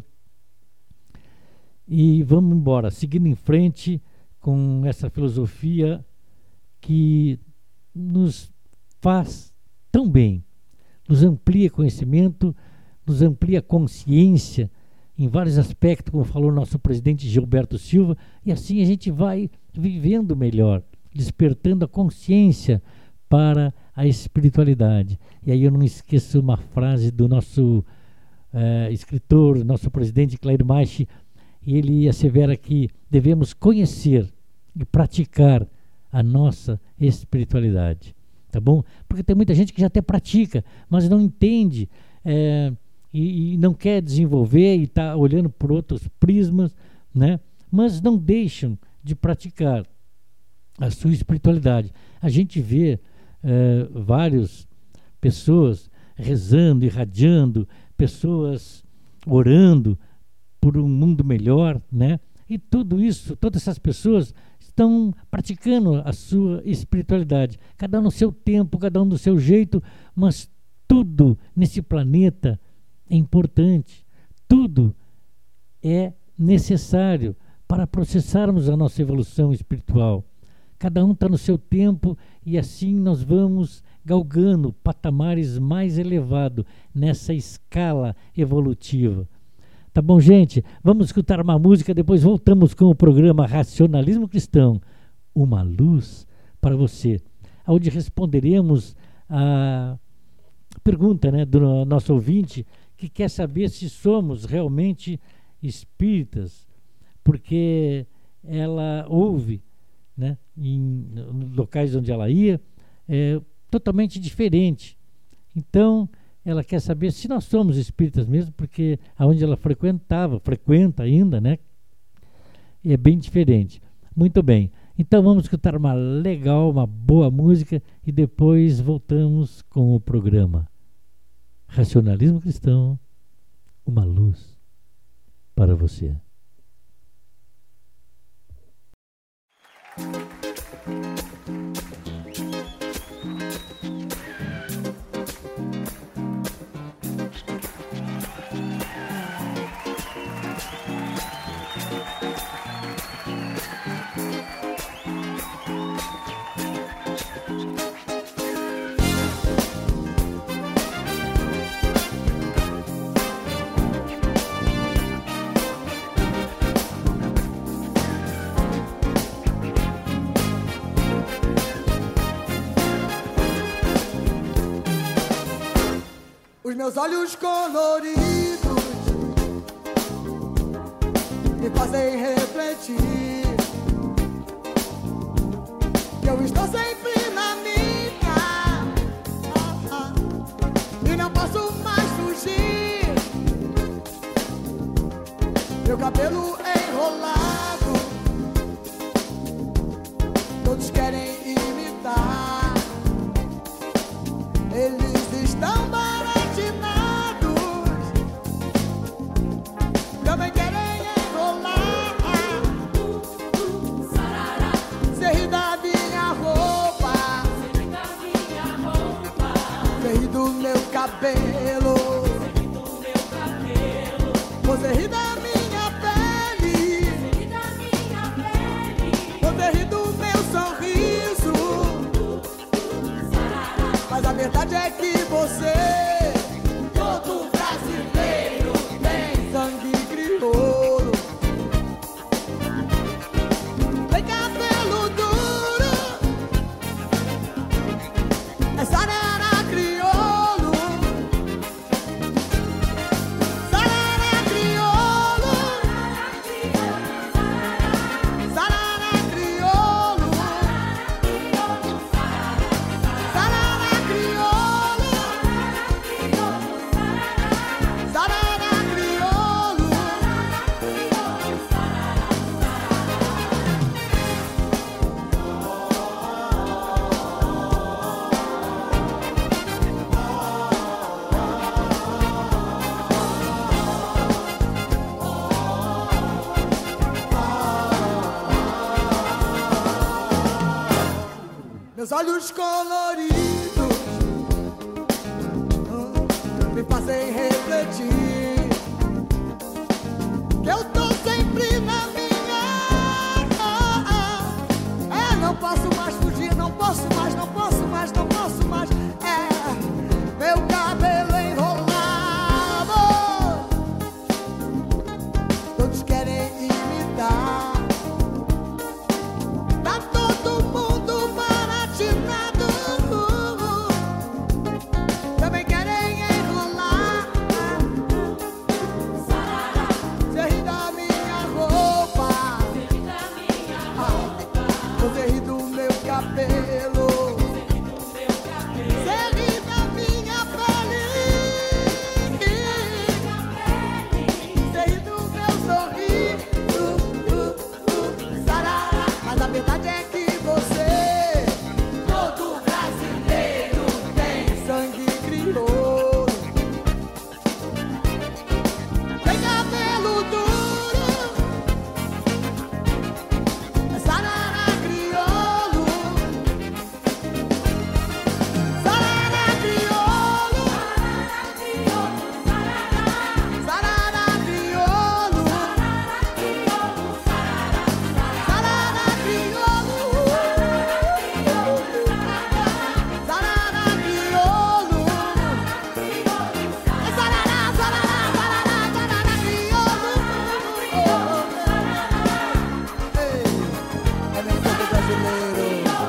E vamos embora, seguindo em frente com essa filosofia que nos faz tão bem, nos amplia conhecimento, nos amplia consciência em vários aspectos, como falou nosso presidente Gilberto Silva, e assim a gente vai vivendo melhor, despertando a consciência para a espiritualidade. E aí eu não esqueço uma frase do nosso eh, escritor, nosso presidente Clair Maiche, e ele assevera que devemos conhecer e praticar a nossa espiritualidade, tá bom? Porque tem muita gente que já até pratica, mas não entende eh, e, e não quer desenvolver e está olhando por outros prismas, né? Mas não deixam de praticar a sua espiritualidade. A gente vê eh, várias pessoas rezando, irradiando, pessoas orando por um mundo melhor, né? E tudo isso, todas essas pessoas estão praticando a sua espiritualidade, cada um no seu tempo, cada um do seu jeito, mas tudo nesse planeta é importante, tudo é necessário para processarmos a nossa evolução espiritual. Cada um está no seu tempo e assim nós vamos galgando patamares mais elevados nessa escala evolutiva. Tá bom, gente? Vamos escutar uma música, depois voltamos com o programa Racionalismo Cristão, uma luz para você, onde responderemos a pergunta, né, do nosso ouvinte, que quer saber se somos realmente espíritas, porque ela ouve, né, em locais onde ela ia, é totalmente diferente. Então, ela quer saber se nós somos espíritas mesmo, porque aonde ela frequentava, frequenta ainda, né? É bem diferente. Muito bem. Então vamos escutar uma legal, uma boa música e depois voltamos com o programa Racionalismo Cristão, uma luz para você. Meus olhos coloridos me fazem refletir que eu estou sempre na minha ah, ah, e não posso mais fugir. Meu cabelo enrolado, todos querem imitar. Eles estão baratinados, também querem enrolar. Cê ri da minha roupa, cê ri do meu cabelo, você ri da minha pele, você ri do meu sorriso. Mas a verdade é que você, todo brasileiro, tem sangue crioulo, tem cabelo duro, é sarará crioulo, sarará crioulo, sarará crioulo, sarará crioulo, sarará crioulo. Meus olhos coloridos hum, me fazem refletir que eu tô sempre na minha ah, ah. É, não posso mais fugir, não posso mais, não posso mais, não posso mais. É, meu cabelo enrolado, todos querem imitar. Tá todo mundo baratinado, também querem enrolar. Cê ri da minha roupa, você ri do meu cabelo, cê ri da minha pele, cê ri do meu sorriso. Sarará. Mas a verdade é que você, todo brasileiro, tem sangue crioulo, tem cabelo duro, é sarará crioulo, sarará crioulo, sarará crioulo, sarará crioulo, sarará crioulo, é sarará, sarará, sarará, sarará crioulo. Ei, é meu povo brasileiro,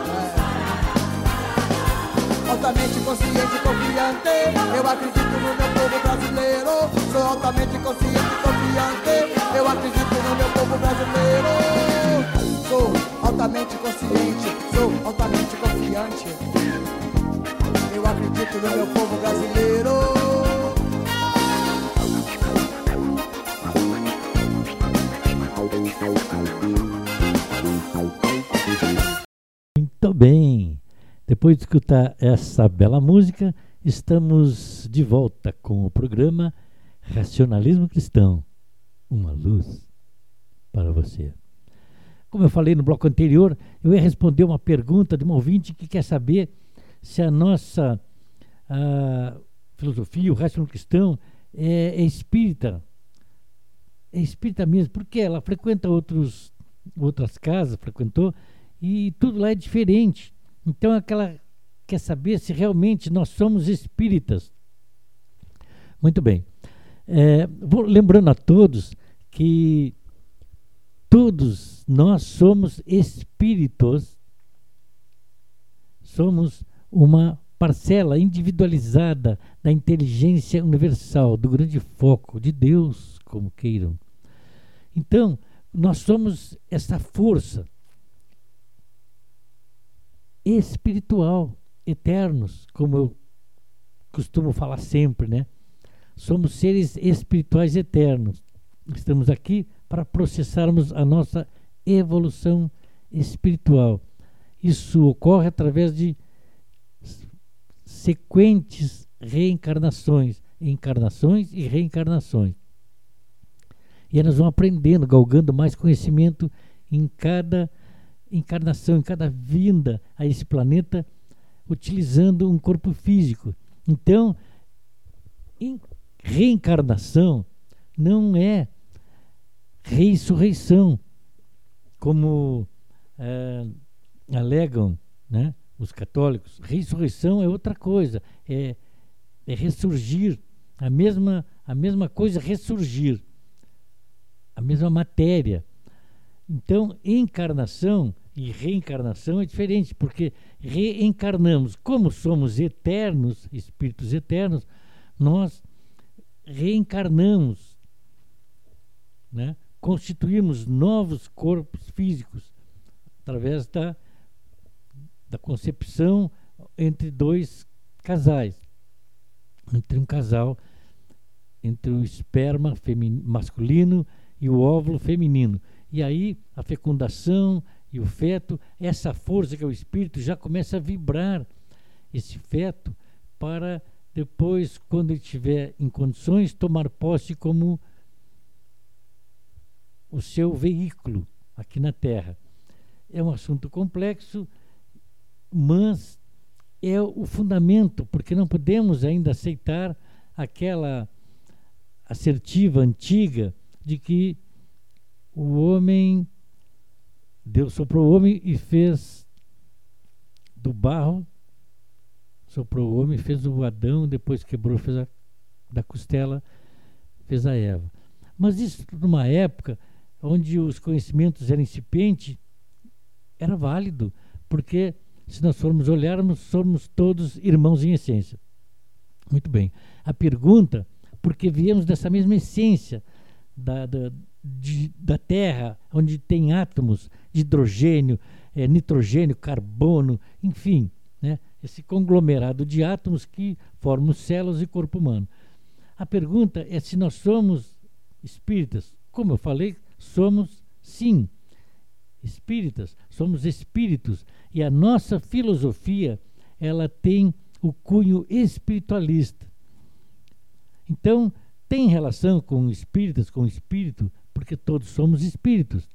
é. Altamente consciente e confiante, eu acredito no meu povo brasileiro. Sou altamente consciente e confiante, eu acredito no meu povo brasileiro. Sou altamente consciente, sou altamente confiante, eu acredito no meu povo brasileiro. Muito bem. Depois de escutar essa bela música, estamos de volta com o programa Racionalismo Cristão, uma luz para você. Como eu falei no bloco anterior, eu ia responder uma pergunta de uma ouvinte que quer saber se a nossa a filosofia, o racionalismo cristão, é, é espírita. É espírita mesmo, porque ela frequenta outros, outras casas, frequentou, e tudo lá é diferente. Então ela quer saber se realmente nós somos espíritas. Muito bem. É, vou lembrando a todos que todos nós somos espíritos, somos uma parcela individualizada da inteligência universal, do grande foco de Deus, como queiram. Então, nós somos essa força espiritual, eternos, como eu costumo falar sempre, né? Somos seres espirituais eternos. Estamos aqui para processarmos a nossa evolução espiritual. Isso ocorre através de sequentes reencarnações, encarnações e reencarnações. E nós vamos aprendendo, galgando mais conhecimento em cada encarnação, em cada vinda a esse planeta, utilizando um corpo físico. Então, em reencarnação não é ressurreição, como é, alegam, né, os católicos. Ressurreição é outra coisa, é, é ressurgir, a mesma, a mesma coisa, ressurgir, a mesma matéria. Então, encarnação e reencarnação é diferente, porque reencarnamos. Como somos eternos, espíritos eternos, nós reencarnamos, né? Constituímos novos corpos físicos através da, da concepção entre dois casais, entre um casal, entre o esperma femin- masculino e o óvulo feminino. E aí a fecundação e o feto, essa força que é o espírito, já começa a vibrar esse feto para depois, quando ele estiver em condições, tomar posse como o seu veículo aqui na Terra. É um assunto complexo, mas é o fundamento, porque não podemos ainda aceitar aquela assertiva antiga de que o homem, Deus soprou o homem e fez do barro, soprou o homem, fez o Adão, depois quebrou, fez a, da costela, fez a Eva. Mas isso numa época onde os conhecimentos eram incipientes, era válido, porque se nós formos olharmos, somos todos irmãos em essência. Muito bem. A pergunta, porque viemos dessa mesma essência da, da, de, da Terra, onde tem átomos de hidrogênio, é, nitrogênio, carbono, enfim, né, esse conglomerado de átomos que formam células e corpo humano. A pergunta é se nós somos espíritas. Como eu falei, somos sim espíritas, somos espíritos, e a nossa filosofia, ela tem o cunho espiritualista. Então, tem relação com espíritas, com espírito, porque todos somos espíritos.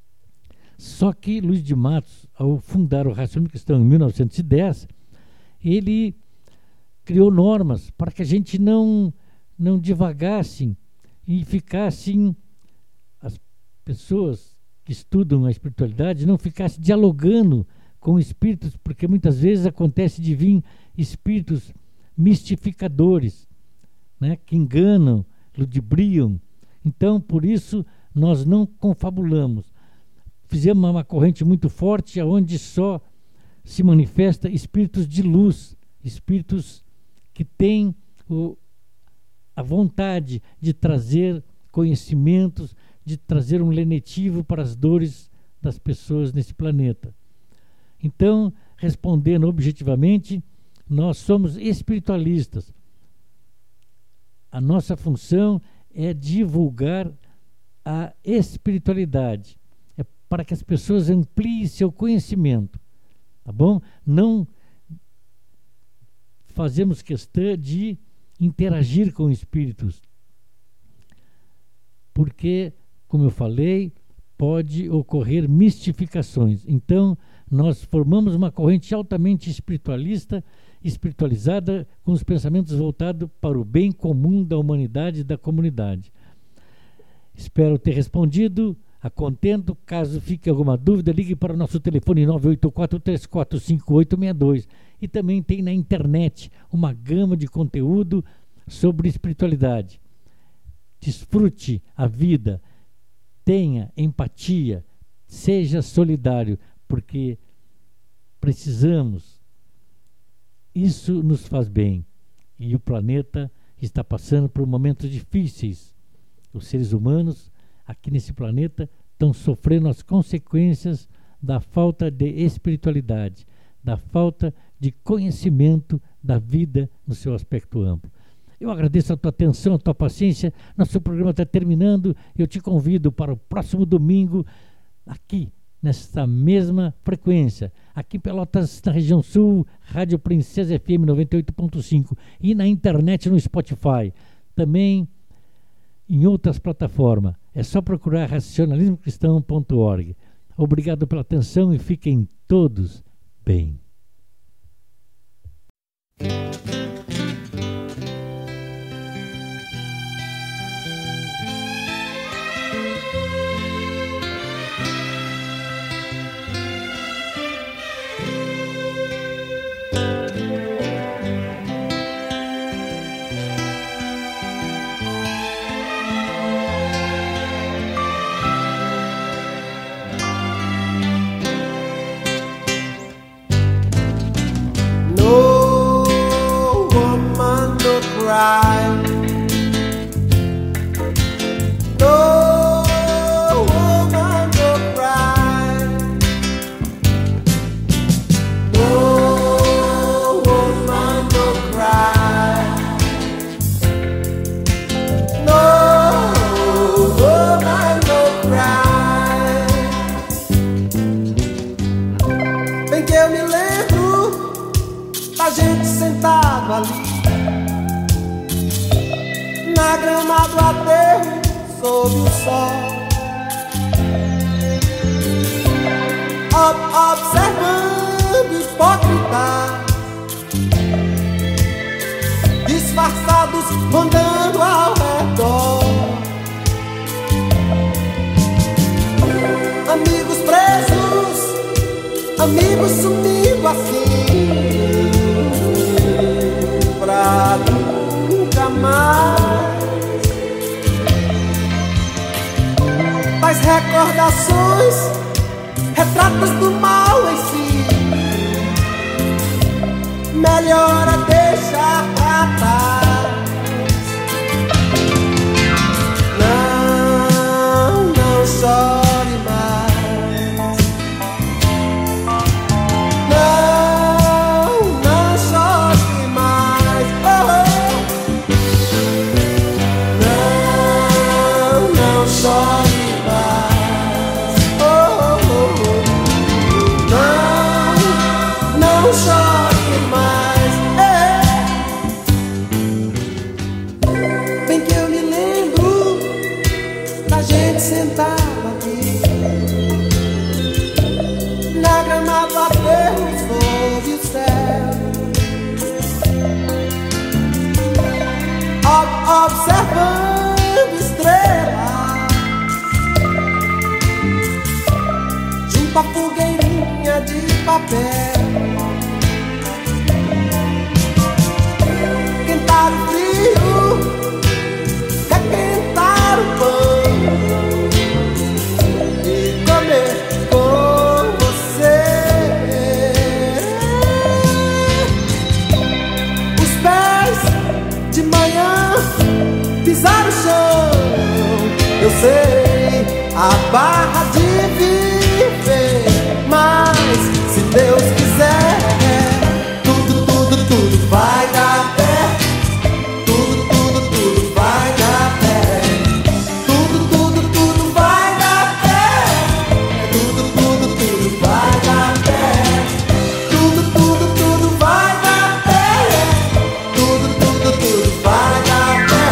Só que Luiz de Matos, ao fundar o Raciocínio Cristão em mil novecentos e dez, ele criou normas para que a gente não, não divagasse e ficassem, as pessoas que estudam a espiritualidade, não ficassem dialogando com espíritos, porque muitas vezes acontece de vir espíritos mistificadores, né, que enganam, ludibriam. Então, por isso, nós não confabulamos. Fizemos uma corrente muito forte, onde só se manifesta espíritos de luz, espíritos que têm o, a vontade de trazer conhecimentos, de trazer um lenitivo para as dores das pessoas nesse planeta. Então, respondendo objetivamente, nós somos espiritualistas. A nossa função é divulgar a espiritualidade, é para que as pessoas ampliem seu conhecimento, tá bom? Não fazemos questão de interagir com espíritos, porque, como eu falei, pode ocorrer mistificações. Então, nós formamos uma corrente altamente espiritualista, espiritualizada, com os pensamentos voltados para o bem comum da humanidade e da comunidade. Espero ter respondido a contento. Caso fique alguma dúvida, ligue para o nosso telefone nove oito quatro, três quatro cinco, oito seis dois. E também tem na internet uma gama de conteúdo sobre espiritualidade. Desfrute a vida, tenha empatia, seja solidário, porque precisamos Isso nos faz bem. E o planeta está passando por momentos difíceis. Os seres humanos aqui nesse planeta estão sofrendo as consequências da falta de espiritualidade, da falta de conhecimento da vida no seu aspecto amplo. Eu agradeço a tua atenção, a tua paciência. Nosso programa está terminando. Eu te convido para o próximo domingo, aqui, nesta mesma frequência. Aqui em Pelotas, na região sul, Rádio Princesa F M noventa e oito ponto cinco. E na internet, no Spotify. Também em outras plataformas. É só procurar racionalismo cristão ponto org. Obrigado pela atenção e fiquem todos bem. Na grama do aterro, sob o sol, observando hipócritas disfarçados rondando ao redor. Amigos presos, amigos sumindo assim pra nunca mais. Tais recordações, retratos do mal em si, melhor é deixar pra trás. Não, não chore mais. Não, não chore mais. Oh, oh. Não, não chore. Não chore mais, é. Bem que eu me lembro da gente sentada aqui na grama do aterro sob o céu, observando estrelas junto à fogueirinha de papel. Quentar o frio, requentar o pão e comer com você. Os pés de manhã pisar o chão, eu sei a barra de viver, mas se Deus quiser, tudo, tudo, tudo vai dar pé. Tudo, tudo, tudo vai dar pé. Tudo, tudo, tudo vai dar pé. Tudo, tudo, tudo vai dar pé. Tudo, tudo, tudo vai dar pé. Tudo, tudo, tudo vai dar pé.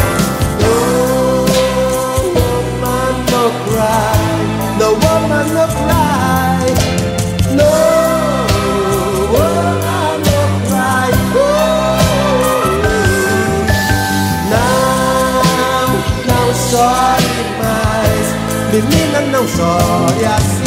No woman no cry. No woman no cry. No woman no cry. Não, não chore mais, menina, não chore assim.